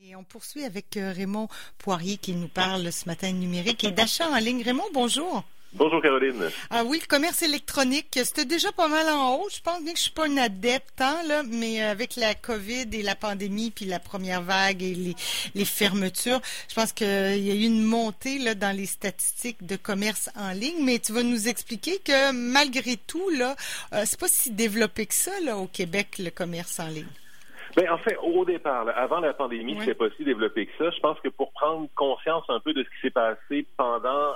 Et on poursuit avec Raymond Poirier qui nous parle ce matin de numérique et d'achat en ligne. Raymond, bonjour. Bonjour Caroline. Ah oui, le commerce électronique, c'était déjà pas mal en haut. Je pense bien que je suis pas une adepte, là, mais avec la COVID et la pandémie, puis la première vague et les fermetures, je pense qu'il y a eu une montée là dans les statistiques de commerce en ligne. Mais tu vas nous expliquer que malgré tout, là, c'est pas si développé que ça là au Québec le commerce en ligne. En fait, au départ, là, avant la pandémie, c'était pas si développé que ça. Je pense que pour prendre conscience un peu de ce qui s'est passé pendant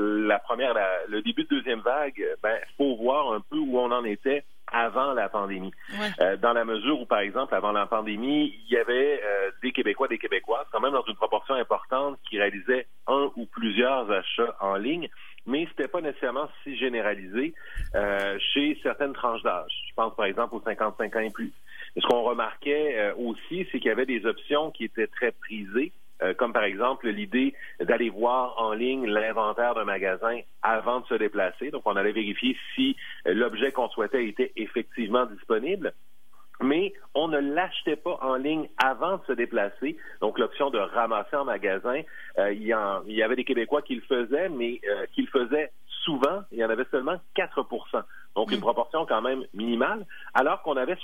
le début de deuxième vague, il faut voir un peu où on en était avant la pandémie. Ouais. Dans la mesure où, par exemple, avant la pandémie, il y avait des Québécois, des Québécoises, quand même dans une proportion importante, qui réalisaient un ou plusieurs achats en ligne, mais c'était pas nécessairement si généralisé chez certaines tranches d'âge. Je pense, par exemple, aux 55 ans et plus. Et ce qu'on remarquait aussi, c'est qu'il y avait des options qui étaient très prisées, comme par exemple l'idée d'aller voir en ligne l'inventaire d'un magasin avant de se déplacer. Donc, on allait vérifier si l'objet qu'on souhaitait était effectivement disponible. Mais on ne l'achetait pas en ligne avant de se déplacer. Donc, l'option de ramasser en magasin, il y avait des Québécois qui le faisaient, mais qui le faisaient souvent. Il y en avait seulement 4%. Donc, une proportion quand même minimale, alors qu'on avait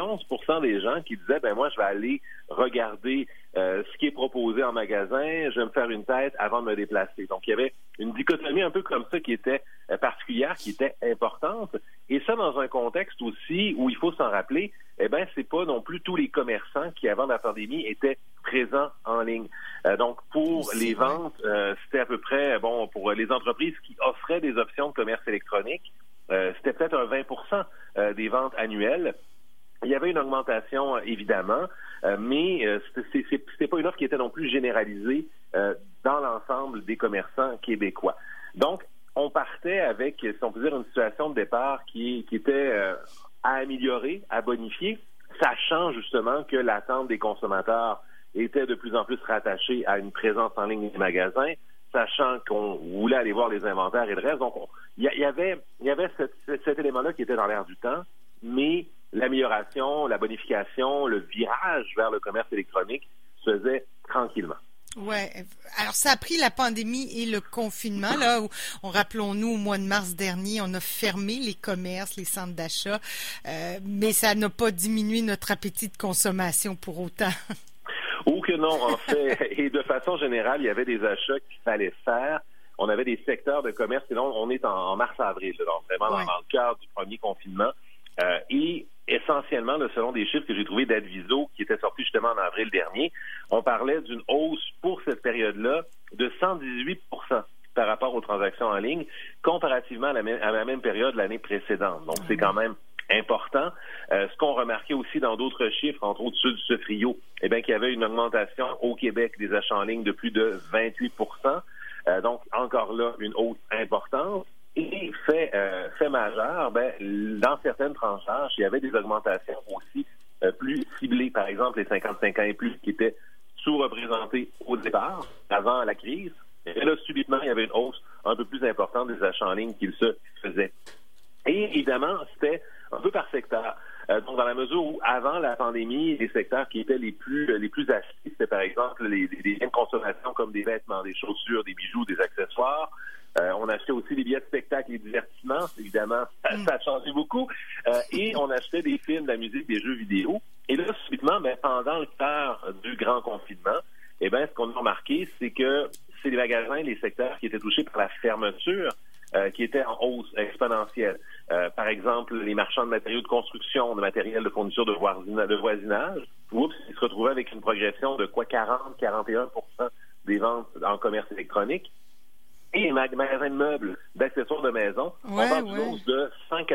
71% des gens qui disaient, moi, je vais aller regarder ce qui est proposé en magasin, je vais me faire une tête avant de me déplacer. Donc, il y avait une dichotomie un peu comme ça qui était particulière, qui était importante. Et ça, dans un contexte aussi où il faut s'en rappeler, c'est pas non plus tous les commerçants qui, avant la pandémie, étaient présents en ligne. Donc, pour les ventes, c'était à peu près, pour les entreprises qui offraient des options de commerce électronique, c'était peut-être un 20% des ventes annuelles. Il y avait une augmentation, évidemment, mais c'était pas une offre qui était non plus généralisée dans l'ensemble des commerçants québécois. Donc, on partait avec, si on peut dire, une situation de départ qui était à améliorer, à bonifier, sachant justement que l'attente des consommateurs était de plus en plus rattachée à une présence en ligne des magasins, sachant qu'on voulait aller voir les inventaires et le reste. Donc, il y avait cet élément-là qui était dans l'air du temps, mais l'amélioration, la bonification, le virage vers le commerce électronique se faisait tranquillement. Ouais. Alors, ça a pris la pandémie et le confinement, là, où, rappelons-nous, au mois de mars dernier, on a fermé les commerces, les centres d'achat, mais ça n'a pas diminué notre appétit de consommation pour autant. Ou que non, en fait. Et de façon générale, il y avait des achats qu'il fallait faire. On avait des secteurs de commerce, et là, on est en mars-avril, donc vraiment dans le cœur du premier confinement. Et essentiellement, là, selon des chiffres que j'ai trouvés d'Adviso, qui étaient sortis justement en avril dernier, on parlait d'une hausse pour cette période-là de 118% par rapport aux transactions en ligne, comparativement à la même période l'année précédente. Donc, c'est quand même important. Ce qu'on remarquait aussi dans d'autres chiffres, entre autres ceux du Sofrio, qu'il y avait une augmentation au Québec des achats en ligne de plus de 28%. Donc, encore là, une hausse importante. Et fait majeur, dans certaines tranches d'âge, il y avait des augmentations aussi plus ciblées. Par exemple, les 55 ans et plus qui étaient sous-représentés au départ, avant la crise. Et là, subitement, il y avait une hausse un peu plus importante des achats en ligne qu'ils se faisaient. Et évidemment, c'était un peu par secteur. Donc, dans la mesure où, avant la pandémie, les secteurs qui étaient les plus achetés, c'était par exemple les biens de consommation comme des vêtements, des chaussures, des bijoux, des accessoires. On achetait aussi des billets de spectacle et divertissement. Évidemment, ça a changé beaucoup. Et on achetait des films, de la musique, des jeux vidéo. Et là, subitement, pendant le cœur du grand confinement, ce qu'on a remarqué, c'est que c'est les magasins, les secteurs qui étaient touchés par la fermeture, qui étaient en hausse exponentielle. Par exemple, les marchands de matériaux de construction, de matériel de fourniture de voisinage, ils se retrouvaient avec une progression de 40-41% des ventes en commerce électronique. Et les magasins de meubles, d'accessoires de maison, on parle d'une hausse de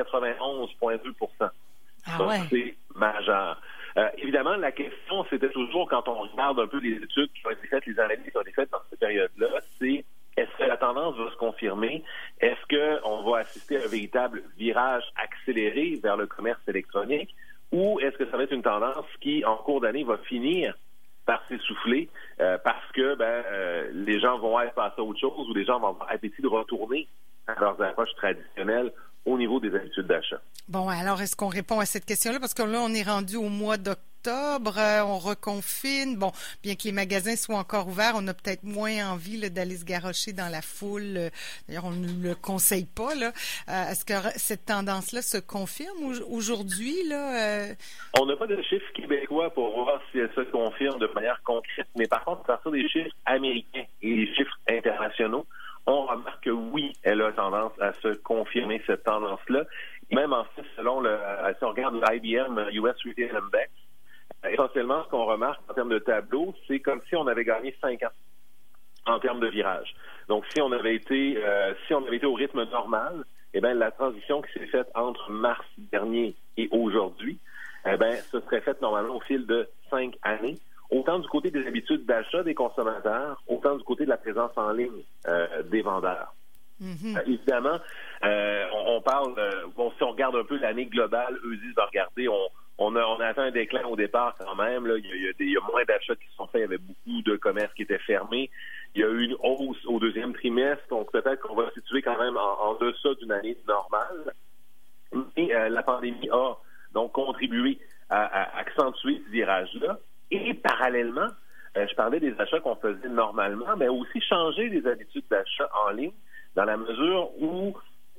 191,2%. C'est majeur. Évidemment, la question, c'était toujours, quand on regarde un peu les études qui ont été faites, les analyses qui ont été faites dans cette période-là, c'est est-ce que la tendance va se confirmer? Est-ce qu'on va assister à un véritable virage accéléré vers le commerce électronique? Ou est-ce que ça va être une tendance qui, en cours d'année, va finir par s'essouffler parce que les gens vont être passés à autre chose ou les gens vont avoir appétit de retourner à leurs approches traditionnelles au niveau des habitudes d'achat. Bon, alors est-ce qu'on répond à cette question-là? Parce que là, on est rendu au mois d'octobre. octobre, on reconfine. Bon, bien que les magasins soient encore ouverts, on a peut-être moins envie là, d'aller se garrocher dans la foule. D'ailleurs, on ne le conseille pas. Là. Est-ce que cette tendance-là se confirme aujourd'hui? Là, On n'a pas de chiffres québécois pour voir si elle se confirme de manière concrète, mais par contre, à partir des chiffres américains et les chiffres internationaux, on remarque que oui, elle a tendance à se confirmer, cette tendance-là. Même en fait, selon si on regarde l'IBM US Retail Index, essentiellement, ce qu'on remarque en termes de tableau, c'est comme si on avait gagné 5 ans en termes de virage. Donc, si on avait été au rythme normal, eh bien, la transition qui s'est faite entre mars dernier et aujourd'hui, eh bien, ce serait faite normalement au fil de 5 années. Autant du côté des habitudes d'achat des consommateurs, autant du côté de la présence en ligne des vendeurs. Mm-hmm. Évidemment, on parle, si on regarde un peu l'année globale, eux disent, regardez, on a atteint un déclin au départ quand même. Là. Il y a moins d'achats qui se sont faits, il y avait beaucoup de commerces qui étaient fermés. Il y a eu une hausse au deuxième trimestre, donc peut-être qu'on va se situer quand même en deçà d'une année normale. Mais la pandémie a donc contribué à accentuer ce virage-là. Et parallèlement, je parlais des achats qu'on faisait normalement, mais aussi changer les habitudes d'achat en ligne dans la mesure où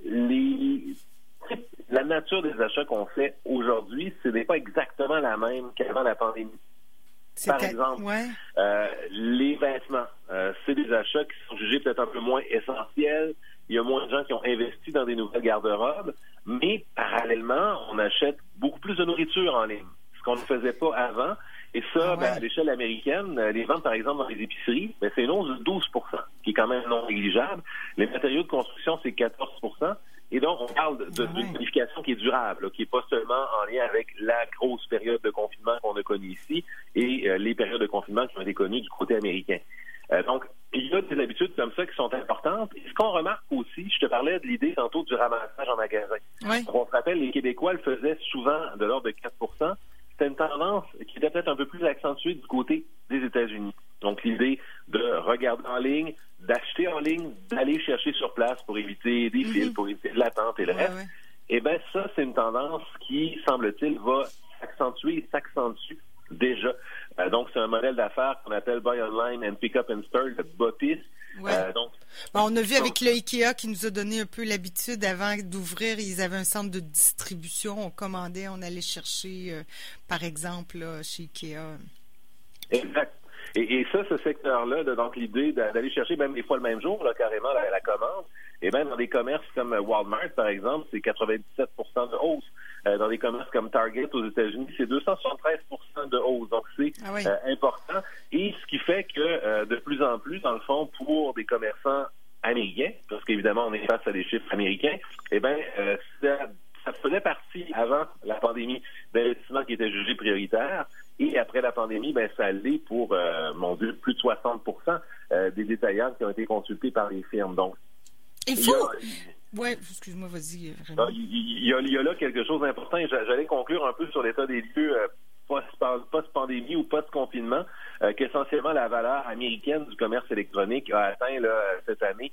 la nature des achats qu'on fait aujourd'hui, ce n'est pas exactement la même qu'avant la pandémie. Par exemple, les vêtements, c'est des achats qui sont jugés peut-être un peu moins essentiels. Il y a moins de gens qui ont investi dans des nouvelles garde-robes, mais parallèlement, on achète beaucoup plus de nourriture en ligne, ce qu'on ne faisait pas avant. Et ça, à l'échelle américaine, les ventes, par exemple, dans les épiceries, c'est une hausse de 12 %, qui est quand même non négligeable. Les matériaux de construction, c'est 14 %. Et donc, on parle d'une modification qui est durable, qui n'est pas seulement en lien avec la grosse période de confinement qu'on a connue ici et les périodes de confinement qui ont été connues du côté américain. Donc, il y a des habitudes comme ça qui sont importantes. Et ce qu'on remarque aussi, je te parlais de l'idée tantôt du ramassage en magasin. Oui. On se rappelle, les Québécois le faisaient souvent de l'ordre de 4 %. C'était une tendance qui était peut-être un peu plus accentuée du côté des États-Unis. Donc, l'idée de regarder en ligne, d'acheter en ligne, d'aller chercher sur place pour éviter des files, pour éviter de l'attente et le reste. Eh bien, ça, c'est une tendance qui, semble-t-il, va s'accentuer et s'accentue déjà. Donc, c'est un modèle d'affaires qu'on appelle Buy Online and Pick Up in Store, le BOPIS. On a vu avec le IKEA qui nous a donné un peu l'habitude, avant d'ouvrir, ils avaient un centre de distribution, on commandait, on allait chercher, par exemple, là, chez IKEA. Exact. Et ça, ce secteur-là, donc l'idée d'aller chercher même des fois le même jour, là, carrément, la commande, et même dans des commerces comme Walmart, par exemple, c'est 97 % de hausse. Dans des commerces comme Target aux États-Unis, c'est 273 % de hausse. Donc, c'est important. Et ce qui fait que de plus en plus, dans le fond, pour des commerçants américains, parce qu'évidemment, on est face à des chiffres américains, eh bien, ça faisait partie, avant la pandémie, d'investissements qui étaient jugés prioritaires. Et après la pandémie, ça l'est pour, plus de 60 % des détaillants qui ont été consultés par les firmes. Donc, oui, excuse-moi, vas-y. Il y a là quelque chose d'important et j'allais conclure un peu sur l'état des lieux post-pandémie ou post-confinement, qu'essentiellement la valeur américaine du commerce électronique a atteint cette année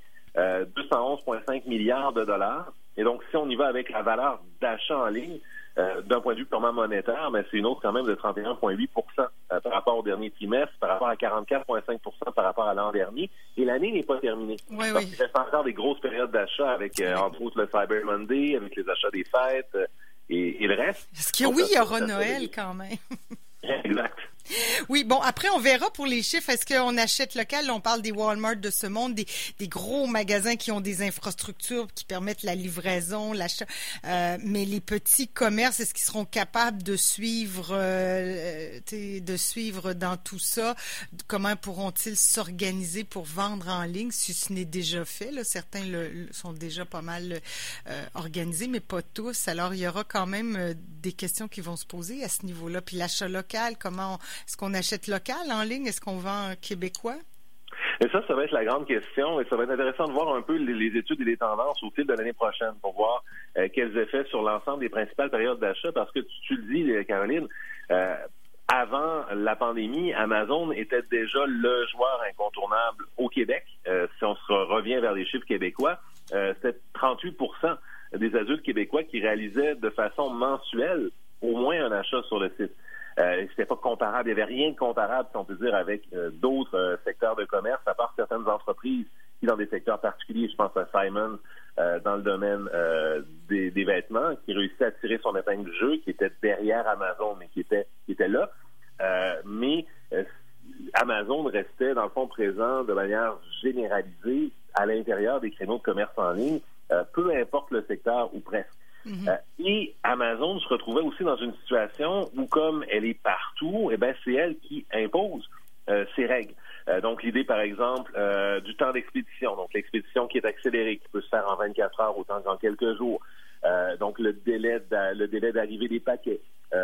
211,5 milliards de dollars. Et donc, si on y va avec la valeur d'achat en ligne, d'un point de vue purement monétaire, mais c'est une hausse quand même de 31,8 % par rapport au dernier trimestre, par rapport à 44,5 % par rapport à l'an dernier. Et l'année n'est pas terminée. Il reste encore des grosses périodes d'achat avec, entre autres, le Cyber Monday, avec les achats des fêtes et le reste. Est-ce qu'il y aura Noël quand même? Exact. Oui, bon, après, on verra pour les chiffres. Est-ce qu'on achète local? Là, on parle des Walmart de ce monde, des gros magasins qui ont des infrastructures qui permettent la livraison, l'achat. Mais les petits commerces, est-ce qu'ils seront capables de suivre dans tout ça? Comment pourront-ils s'organiser pour vendre en ligne, si ce n'est déjà fait? Là, certains sont déjà pas mal organisés, mais pas tous. Alors, il y aura quand même des questions qui vont se poser à ce niveau-là. Puis l'achat local, est-ce qu'on achète local en ligne? Est-ce qu'on vend québécois? Et ça va être la grande question. Et ça va être intéressant de voir un peu les études et les tendances au fil de l'année prochaine pour voir quels effets sur l'ensemble des principales périodes d'achat. Parce que tu le dis, Caroline, avant la pandémie, Amazon était déjà le joueur incontournable au Québec. Si on se revient vers les chiffres québécois, c'était 38 % des adultes québécois qui réalisaient de façon mensuelle au moins un achat sur le site. C'était pas comparable. Il n'y avait rien de comparable, si on peut dire, avec d'autres secteurs de commerce, à part certaines entreprises qui, dans des secteurs particuliers, je pense à Simon, dans le domaine des vêtements, qui réussissait à tirer son épingle du jeu, qui était derrière Amazon, mais qui était là. Mais Amazon restait, dans le fond, présent de manière généralisée à l'intérieur des créneaux de commerce en ligne, peu importe le secteur ou presque. Et Amazon se retrouvait aussi dans une situation où, comme elle est partout, eh ben c'est elle qui impose ses règles. Donc, l'idée, par exemple, du temps d'expédition. Donc, l'expédition qui est accélérée, qui peut se faire en 24 heures autant qu'en quelques jours. Donc, le délai d'arrivée des paquets.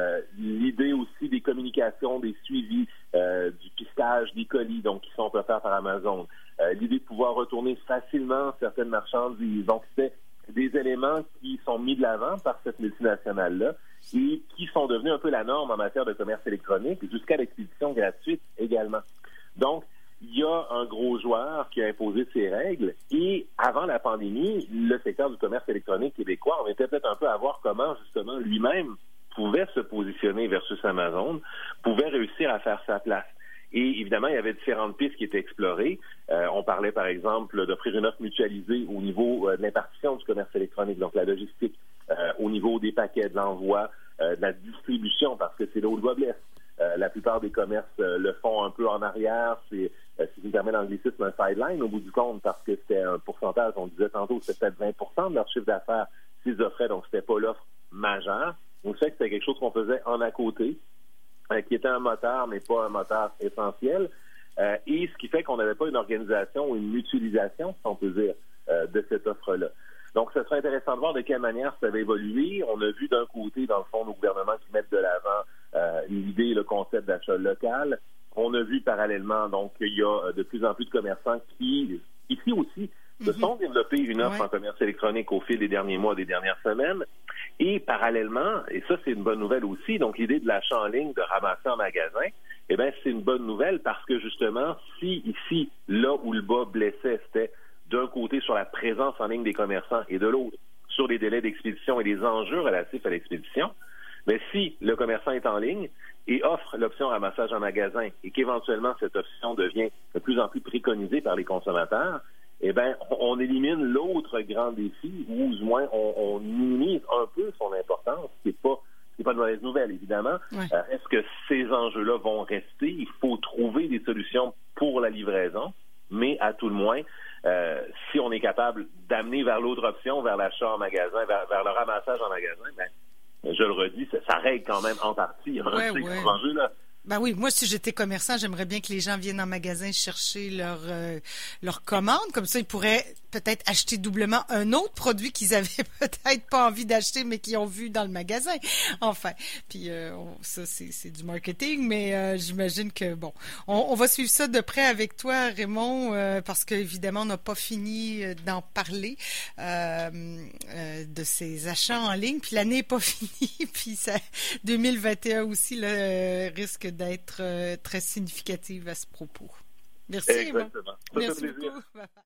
L'idée aussi des communications, des suivis, du pistage des colis, donc qui sont offerts par Amazon. L'idée de pouvoir retourner facilement certaines marchandises. Donc, c'est des éléments qui sont mis de l'avant par cette multinationale-là et qui sont devenus un peu la norme en matière de commerce électronique, jusqu'à l'expédition gratuite également. Donc, il y a un gros joueur qui a imposé ses règles et avant la pandémie, le secteur du commerce électronique québécois, on était peut-être un peu à voir comment, justement, lui-même pouvait se positionner versus Amazon, pouvait réussir à faire sa place. Et évidemment, il y avait différentes pistes qui étaient explorées. On parlait, par exemple, d'offrir une offre mutualisée au niveau de l'impartition du commerce électronique, donc la logistique, au niveau des paquets, de l'envoi, de la distribution, parce que c'est là où le bas blesse. La plupart des commerces le font un peu en arrière. C'est, si je me permets l'anglicisme, un sideline au bout du compte, parce que c'était un pourcentage, on disait tantôt, c'était peut-être 20% de leur chiffre d'affaires s'ils offraient, donc c'était pas l'offre majeure. Donc, c'est que c'était quelque chose qu'on faisait en à côté, qui était un moteur, mais pas un moteur essentiel. Et ce qui fait qu'on n'avait pas une organisation ou une mutualisation, si on peut dire, de cette offre-là. Donc, ce serait intéressant de voir de quelle manière ça va évoluer. On a vu d'un côté, dans le fond, nos gouvernements qui mettent de l'avant l'idée, le concept d'achat local. On a vu parallèlement, donc, qu'il y a de plus en plus de commerçants qui, ici aussi, se sont développés une offre en commerce électronique au fil des derniers mois, des dernières semaines. Et parallèlement, et ça, c'est une bonne nouvelle aussi, donc l'idée de l'achat en ligne, de ramasser en magasin, eh bien, c'est une bonne nouvelle parce que, justement, si ici, là où le bas blessait, c'était d'un côté sur la présence en ligne des commerçants et de l'autre sur les délais d'expédition et les enjeux relatifs à l'expédition, mais si le commerçant est en ligne et offre l'option ramassage en magasin et qu'éventuellement cette option devient de plus en plus préconisée par les consommateurs, eh bien, on élimine l'autre grand défi, ou du moins on minimise un peu son importance, ce qui n'est pas une mauvaise nouvelle, évidemment. Est-ce que ces enjeux-là vont rester? Il faut trouver des solutions pour la livraison, mais à tout le moins, si on est capable d'amener vers l'autre option, vers l'achat en magasin, vers le ramassage en magasin, ben, je le redis, ça règle quand même en partie ces enjeux-là. Ben oui, moi, si j'étais commerçant, j'aimerais bien que les gens viennent en magasin chercher leur commande. Comme ça, ils pourraient peut-être acheter doublement un autre produit qu'ils avaient peut-être pas envie d'acheter, mais qu'ils ont vu dans le magasin. Enfin, puis ça, c'est du marketing, mais j'imagine que, bon, on va suivre ça de près avec toi, Raymond, parce qu'évidemment, on n'a pas fini d'en parler de ces achats en ligne. Puis l'année n'est pas finie, puis ça, 2021 aussi, là, risque d'être très significative à ce propos. Merci. Exactement. Merci beaucoup.